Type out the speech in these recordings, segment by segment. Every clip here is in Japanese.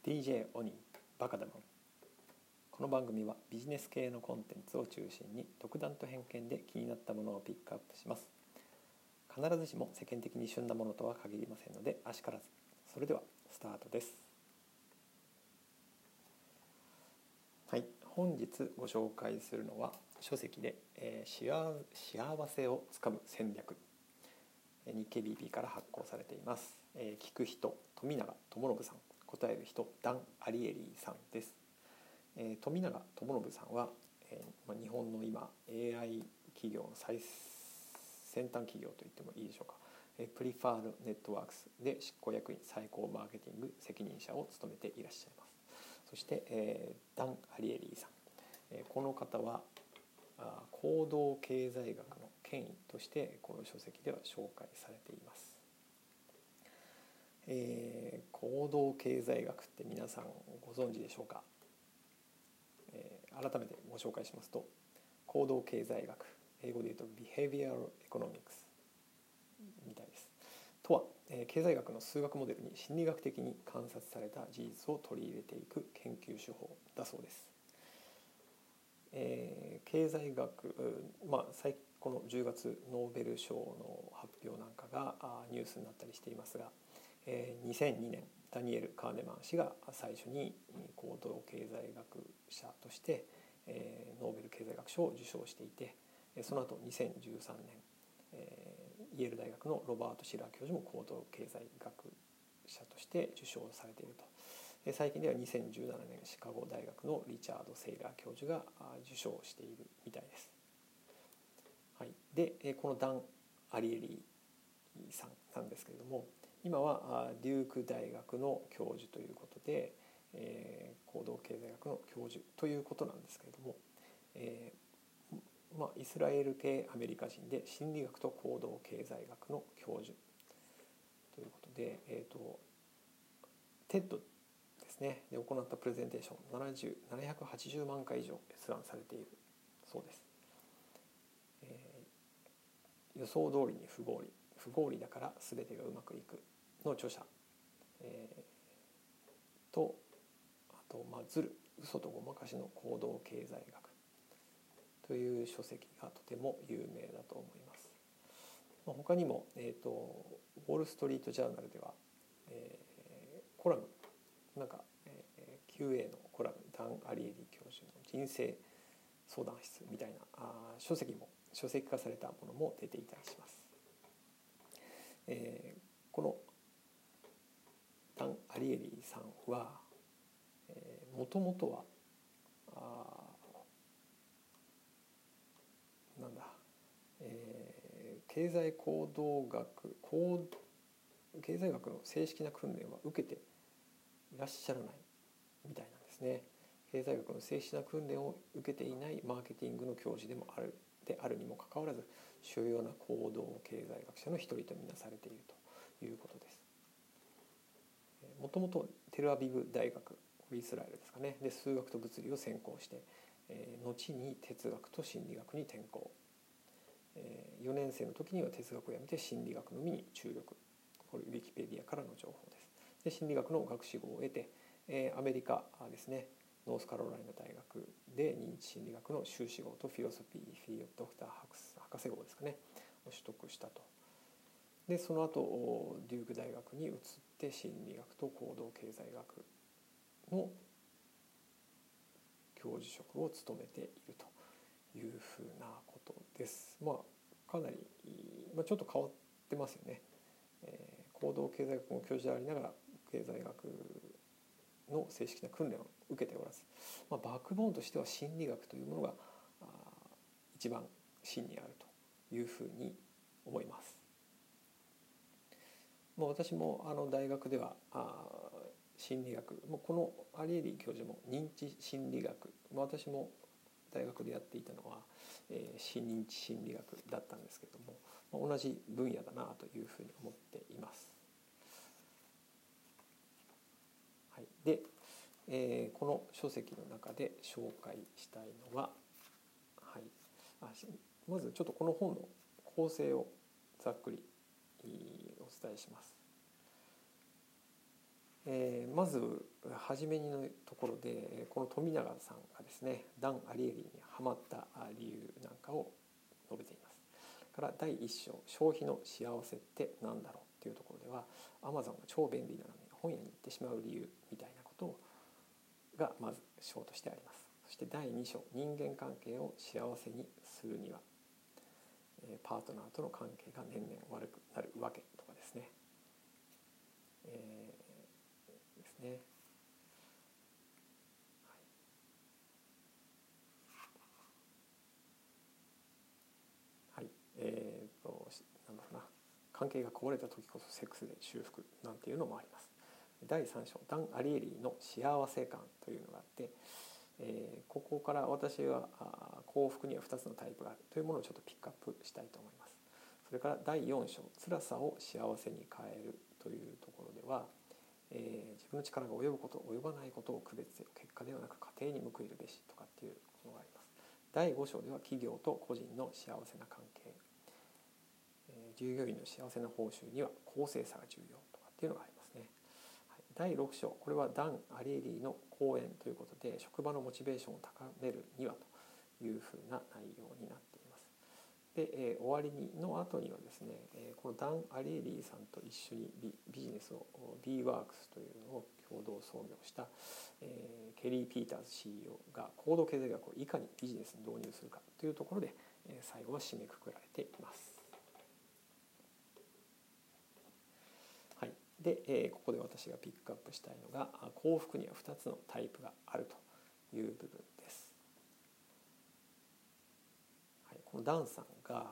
DJ オニーバカだもん。この番組はビジネス系のコンテンツを中心に独断と偏見で気になったものをピックアップします。必ずしも世間的に旬なものとは限りませんのであしからず。それではスタートです。はい、本日ご紹介するのは書籍で、幸せをつかむ戦略、日経 BP から発行されています。聞く人富永智信さん、答える人ダン・アリエリーさんです。富永智信さんは、日本の今 AI 企業の最先端企業と言ってもいいでしょうか。プリファードネットワークスで執行役員最高マーケティング責任者を務めていらっしゃいます。そして、ダン・アリエリーさん、この方は行動経済学の権威としてこの書籍では紹介されています。行動経済学って皆さんご存知でしょうか。改めてご紹介しますと、行動経済学、英語で言うと Behavioral Economics みたいです。とは、経済学の数学モデルに心理学的に観察された事実を取り入れていく研究手法だそうです。経済学、この10月ノーベル賞の発表なんかがニュースになったりしていますが、2002年ダニエル・カーネマン氏が最初に行動経済学者としてノーベル経済学賞を受賞していて、その後2013年イェール大学のロバート・シラー教授も行動経済学者として受賞されていると。最近では2017年シカゴ大学のリチャード・セイラー教授が受賞しているみたいです。はい、でこのダン・アリエリーさんなんですけれども、今はデューク大学の教授ということで、行動経済学の教授ということなんですけれども、イスラエル系アメリカ人で心理学と行動経済学の教授ということで、TED ですねで行ったプレゼンテーション780万回以上閲覧されているそうです。予想通りに不合理だから全てがうまくいくの著者、とあとズル嘘とごまかしの行動経済学という書籍がとても有名だと思います。他にも、ウォール・ストリート・ジャーナルでは、コラムQA のコラム、ダン・アリエリー教授の人生相談室みたいな書籍化されたものも出ていたりします。このダン・アリエリーさんはもともとは経済学の正式な訓練は受けていらっしゃらないみたいなんですね。経済学の正式な訓練を受けていないマーケティングの教授であるにもかかわらず、主要な行動経済学者の一人とみなされているということです。もともとテルアビブ大学、イスラエルですかね、で数学と物理を専攻して、後に哲学と心理学に転校。4年生の時には哲学をやめて心理学のみに注力。これウィキペディアからの情報です。で心理学の学士号を得て、アメリカですね、ノースカロライナ大学で認知心理学の修士号とフィロソフィードクター博士号ですかねを取得したと。でその後デューク大学に移って心理学と行動経済学の教授職を務めているというふうなことです。かなり、ちょっと変わってますよね。行動経済学の教授でありながら経済学の正式な訓練を受けておらず、バックボーンとしては心理学というものが一番真にあるというふうに思います。私も大学では心理学、このアリエリー教授も認知心理学、私も大学でやっていたのは、認知心理学だったんですけれども、同じ分野だなというふうに思っています。はい、で、この書籍の中で紹介したいのは、まずちょっとこの本の構成をざっくりお伝えします。 まず初めにのところでこの富永さんがですねダン・アリエリにハマった理由なんかを述べています。から第1章消費の幸せって何だろうっていうところでは Amazon が超便利なのに本屋に行ってしまう理由みたいなことがまず章としてあります。そして第2章人間関係を幸せにするにはパートナーとの関係が年々悪くなるわけとかですね、ですね。はい、なんだろうな、関係が壊れた時こそセックスで修復なんていうのもあります。第3章ダン・アリエリの幸せ感というのがあって、ここから私は幸福には2つのタイプがあるというものをちょっとピックアップしたいと思います。それから第4章辛さを幸せに変えるというところでは、自分の力が及ぶこと及ばないことを区別せよ、結果ではなく家庭に報いるべしとかっていうものがあります。第5章では企業と個人の幸せな関係、従業員の幸せな報酬には公正さが重要とかっていうのがありますね。第6章これはダン・アリエリの講演ということで職場のモチベーションを高めるにはというふうな内容になっています。で、終わりの後にはですね、このダン・アリエリさんと一緒にビジネスを B ワークスというのを共同創業した、ケリー・ピーターズ CEO が行動経済学をいかにビジネスに導入するかというところで、最後は締めくくられています。で、ここで私がピックアップしたいのが幸福には2つのタイプがあるという部分です。このダンさんが、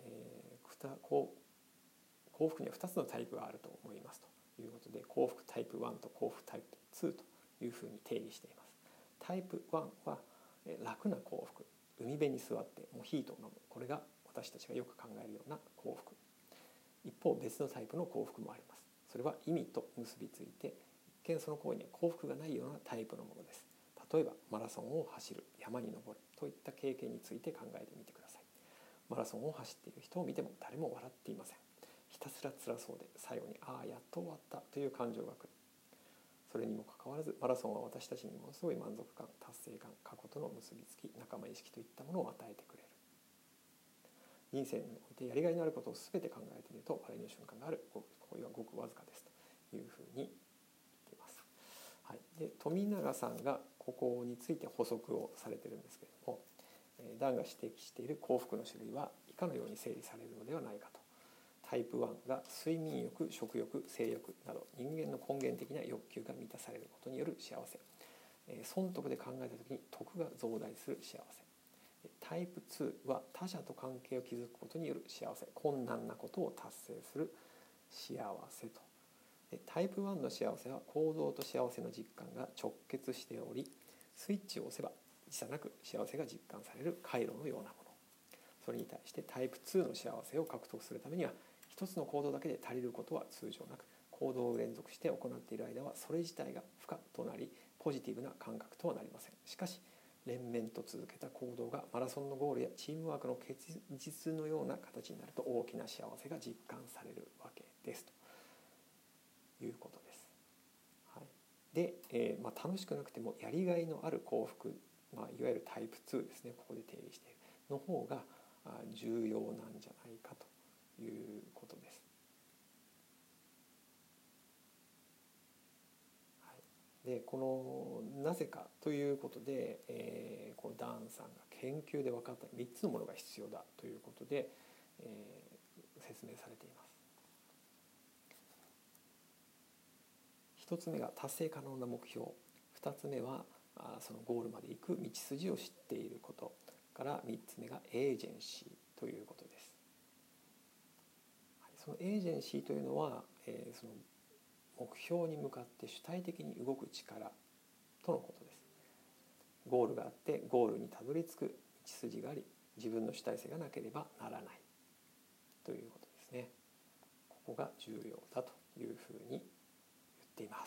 幸福には2つのタイプがあると思いますということで幸福タイプ1と幸福タイプ2というふうに定義しています。タイプ1は楽な幸福、海辺に座ってモヒートを飲む、これが私たちがよく考えるような幸福。一方別のタイプの幸福もあります。それは意味と結びついて一見その行為には幸福がないようなタイプのものです。例えばマラソンを走る、山に登るといった経験について考えてみてください。マラソンを走っている人を見ても誰も笑っていません。ひたすら辛そうで最後にああやっと終わったという感情が来る。それにもかかわらずマラソンは私たちにものすごい満足感、達成感、過去との結びつき、仲間意識といったものを与えてくれる。人生においてやりがいのあることを全て考えてみると笑いの瞬間がある。ここはごくわずかですというふうに言っています。で富永さんがここについて補足をされているんですけれども、ダンが指摘している幸福の種類は以下のように整理されるのではないかと。タイプ1が睡眠欲、食欲、性欲など人間の根源的な欲求が満たされることによる幸せ、損得で考えた時に得が増大する幸せ。タイプ2は他者と関係を築くことによる幸せ、困難なことを達成する幸せと。タイプ1の幸せは行動と幸せの実感が直結しており、スイッチを押せば時差なく幸せが実感される回路のようなもの。それに対してタイプ2の幸せを獲得するためには一つの行動だけで足りることは通常なく、行動を連続して行っている間はそれ自体が負荷となりポジティブな感覚とはなりません。しかし連綿と続けた行動がマラソンのゴールやチームワークの結実のような形になると大きな幸せが実感されるわけですということです。で、楽しくなくてもやりがいのある幸福、いわゆるタイプ2ですね、ここで定義しているの方が重要なんじゃないかということです。でこのなぜかということで、このダンさんが研究で分かった3つのものが必要だということで、説明されています。1つ目が達成可能な目標、2つ目はそのゴールまで行く道筋を知っていることから3つ目がエージェンシーということです。そのエージェンシーというのは、その目標に向かって主体的に動く力とのことです。ゴールがあってゴールにたどり着く道筋があり、自分の主体性がなければならないということですね。ここが重要だというふうに言っています。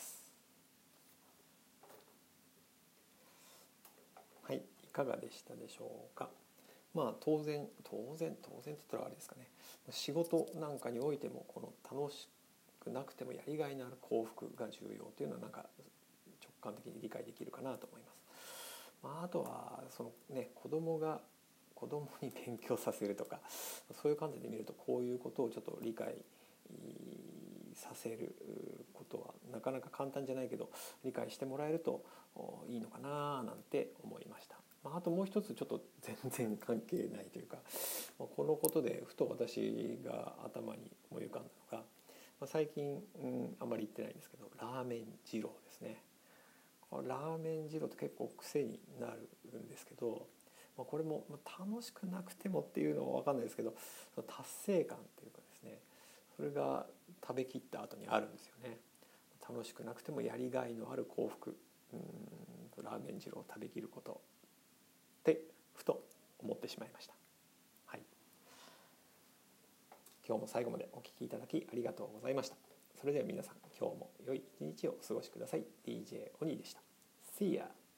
はい、いかがでしたでしょうか。当然って言ったらあれですかね。仕事なんかにおいてもこの楽しくなくてもやりがいのある幸福が重要というのはなんか直感的に理解できるかなと思います。あとはそのね、子供に勉強させるとか、そういう観点で見るとこういうことをちょっと理解させることはなかなか簡単じゃないけど、理解してもらえるといいのかななんて思いました。あともう一つちょっと全然関係ないというか、このことでふと私が頭に思い浮かんだのが、最近、あまり行ってないんですけど、ラーメン二郎ですね。ラーメン二郎って結構癖になるんですけど、これも楽しくなくてもっていうのは分かんないですけど、その達成感っていうかですね、それが食べきった後にあるんですよね。楽しくなくてもやりがいのある幸福、ラーメン二郎を食べきることってふと思ってしまいました。はい、今日も最後までお聞きいただきありがとうございました。それでは皆さん、今日も良い一日をお過ごしください。DJ オニーでした。See ya!